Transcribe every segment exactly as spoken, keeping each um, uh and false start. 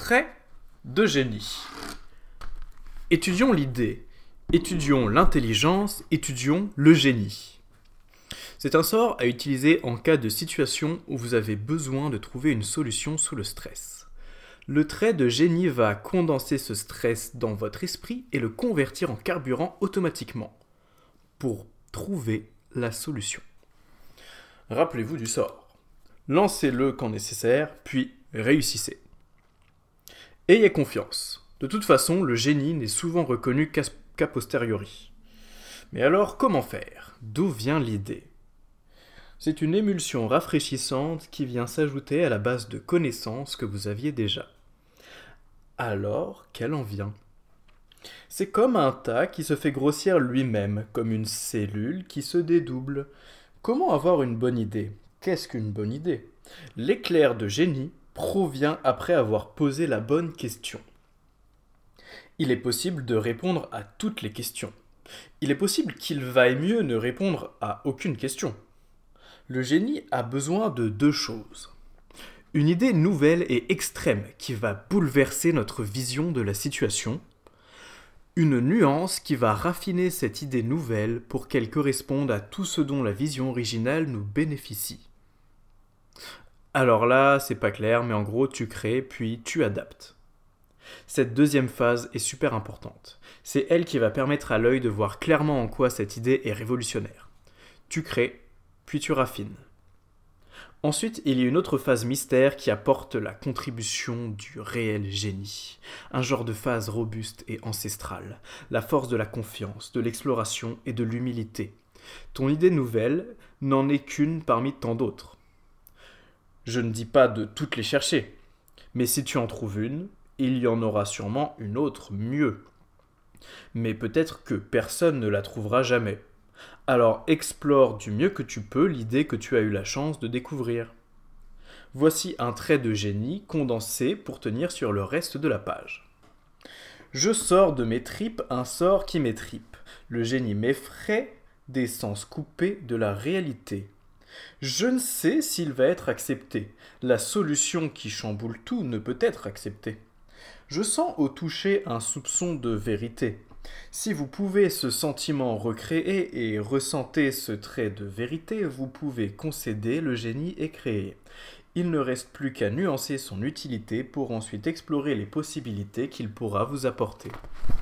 Trait de génie. Étudions l'idée, étudions l'intelligence, étudions le génie. C'est un sort à utiliser en cas de situation où vous avez besoin de trouver une solution sous le stress. Le trait de génie va condenser ce stress dans votre esprit et le convertir en carburant automatiquement pour trouver la solution. Rappelez-vous du sort. Lancez-le quand nécessaire, puis réussissez. Ayez confiance. De toute façon, le génie n'est souvent reconnu qu'à, qu'à posteriori. Mais alors, comment faire ? D'où vient l'idée ? C'est une émulsion rafraîchissante qui vient s'ajouter à la base de connaissances que vous aviez déjà. Alors, qu'elle en vient ? C'est comme un tas qui se fait grossir lui-même, comme une cellule qui se dédouble. Comment avoir une bonne idée ? Qu'est-ce qu'une bonne idée ? L'éclair de génie provient après avoir posé la bonne question. Il est possible de répondre à toutes les questions. Il est possible qu'il vaille mieux ne répondre à aucune question. Le génie a besoin de deux choses. Une idée nouvelle et extrême qui va bouleverser notre vision de la situation. Une nuance qui va raffiner cette idée nouvelle pour qu'elle corresponde à tout ce dont la vision originale nous bénéficie. Alors là, c'est pas clair, mais en gros, tu crées, puis tu adaptes. Cette deuxième phase est super importante. C'est elle qui va permettre à l'œil de voir clairement en quoi cette idée est révolutionnaire. Tu crées, puis tu raffines. Ensuite, il y a une autre phase mystère qui apporte la contribution du réel génie. Un genre de phase robuste et ancestrale. La force de la confiance, de l'exploration et de l'humilité. Ton idée nouvelle n'en est qu'une parmi tant d'autres. Je ne dis pas de toutes les chercher, mais si tu en trouves une, il y en aura sûrement une autre mieux. Mais peut-être que personne ne la trouvera jamais. Alors explore du mieux que tu peux l'idée que tu as eu la chance de découvrir. Voici un trait de génie condensé pour tenir sur le reste de la page. Je sors de mes tripes un sort qui m'étripe. Le génie m'effraie des sens coupés de la réalité. Je ne sais s'il va être accepté. La solution qui chamboule tout ne peut être acceptée. Je sens au toucher un soupçon de vérité. Si vous pouvez ce sentiment recréer et ressentez ce trait de vérité, vous pouvez concéder, le génie est créé. Il ne reste plus qu'à nuancer son utilité pour ensuite explorer les possibilités qu'il pourra vous apporter.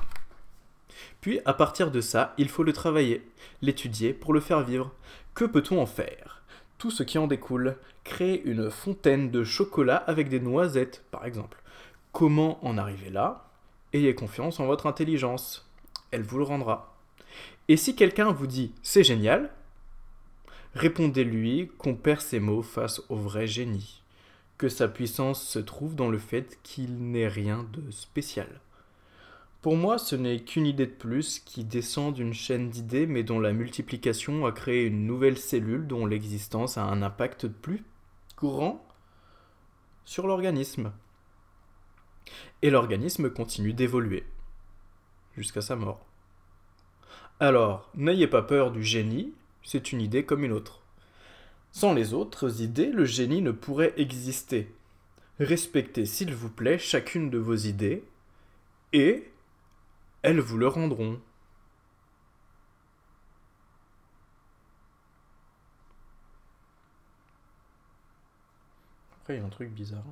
Puis, à partir de ça, il faut le travailler, l'étudier pour le faire vivre. Que peut-on en faire ? Tout ce qui en découle. Créer une fontaine de chocolat avec des noisettes, par exemple. Comment en arriver là ? Ayez confiance en votre intelligence. Elle vous le rendra. Et si quelqu'un vous dit « c'est génial », répondez-lui qu'on perd ses mots face au vrai génie, que sa puissance se trouve dans le fait qu'il n'est rien de spécial. Pour moi, ce n'est qu'une idée de plus qui descend d'une chaîne d'idées mais dont la multiplication a créé une nouvelle cellule dont l'existence a un impact plus grand sur l'organisme. Et l'organisme continue d'évoluer jusqu'à sa mort. Alors, n'ayez pas peur du génie, c'est une idée comme une autre. Sans les autres idées, le génie ne pourrait exister. Respectez, s'il vous plaît, chacune de vos idées et elles vous le rendront. Après, il y a un truc bizarre.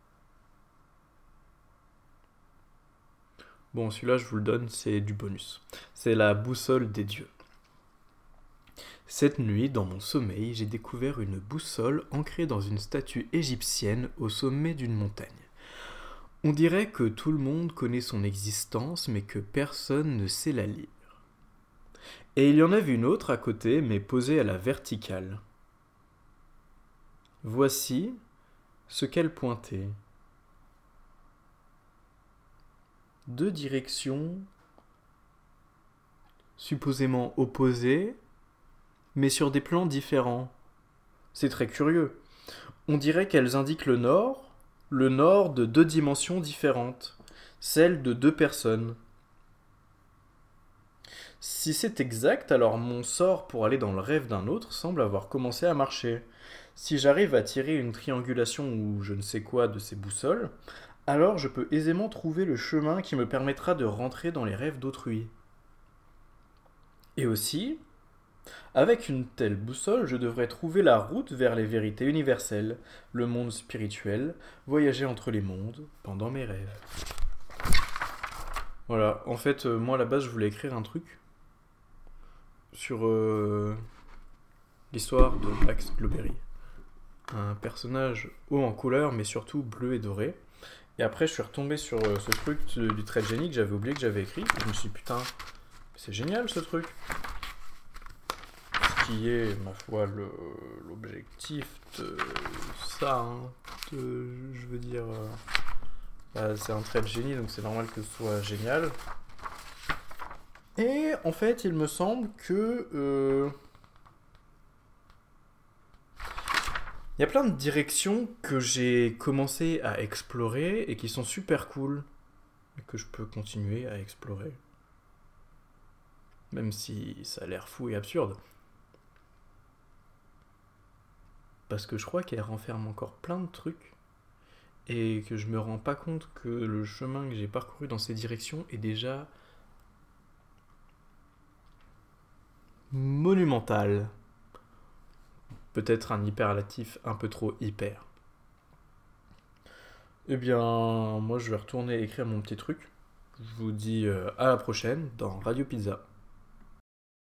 Bon, celui-là, je vous le donne, c'est du bonus. C'est la boussole des dieux. Cette nuit, dans mon sommeil, j'ai découvert une boussole ancrée dans une statue égyptienne au sommet d'une montagne. On dirait que tout le monde connaît son existence, mais que personne ne sait la lire. Et il y en avait une autre à côté, mais posée à la verticale. Voici ce qu'elle pointait. Deux directions supposément opposées, mais sur des plans différents. C'est très curieux. On dirait qu'elles indiquent le nord, le nord de deux dimensions différentes, celles de deux personnes. Si c'est exact, alors mon sort pour aller dans le rêve d'un autre semble avoir commencé à marcher. Si j'arrive à tirer une triangulation ou je ne sais quoi de ces boussoles, alors je peux aisément trouver le chemin qui me permettra de rentrer dans les rêves d'autrui. Et aussi, avec une telle boussole, je devrais trouver la route vers les vérités universelles, le monde spirituel, voyager entre les mondes pendant mes rêves. Voilà, en fait, euh, moi à la base, je voulais écrire un truc sur euh, l'histoire de Max Blueberry. Un personnage haut en couleur, mais surtout bleu et doré. Et après, je suis retombé sur euh, ce truc de- du trait de génie que j'avais oublié que j'avais écrit. Je me suis dit, putain, c'est génial ce truc. Ce qui est, ma foi, le- l'objectif de ça. Hein, de- je veux dire, euh, bah, c'est un trait de génie, donc c'est normal que ce soit génial. Et en fait, il me semble que euh, il y a plein de directions que j'ai commencé à explorer et qui sont super cool et que je peux continuer à explorer. Même si ça a l'air fou et absurde. Parce que je crois qu'elle renferme encore plein de trucs et que je me rends pas compte que le chemin que j'ai parcouru dans ces directions est déjà monumental. Peut-être un hyperlatif un peu trop hyper. Eh bien, moi je vais retourner écrire mon petit truc. Je vous dis euh, à la prochaine dans Radio Pizza.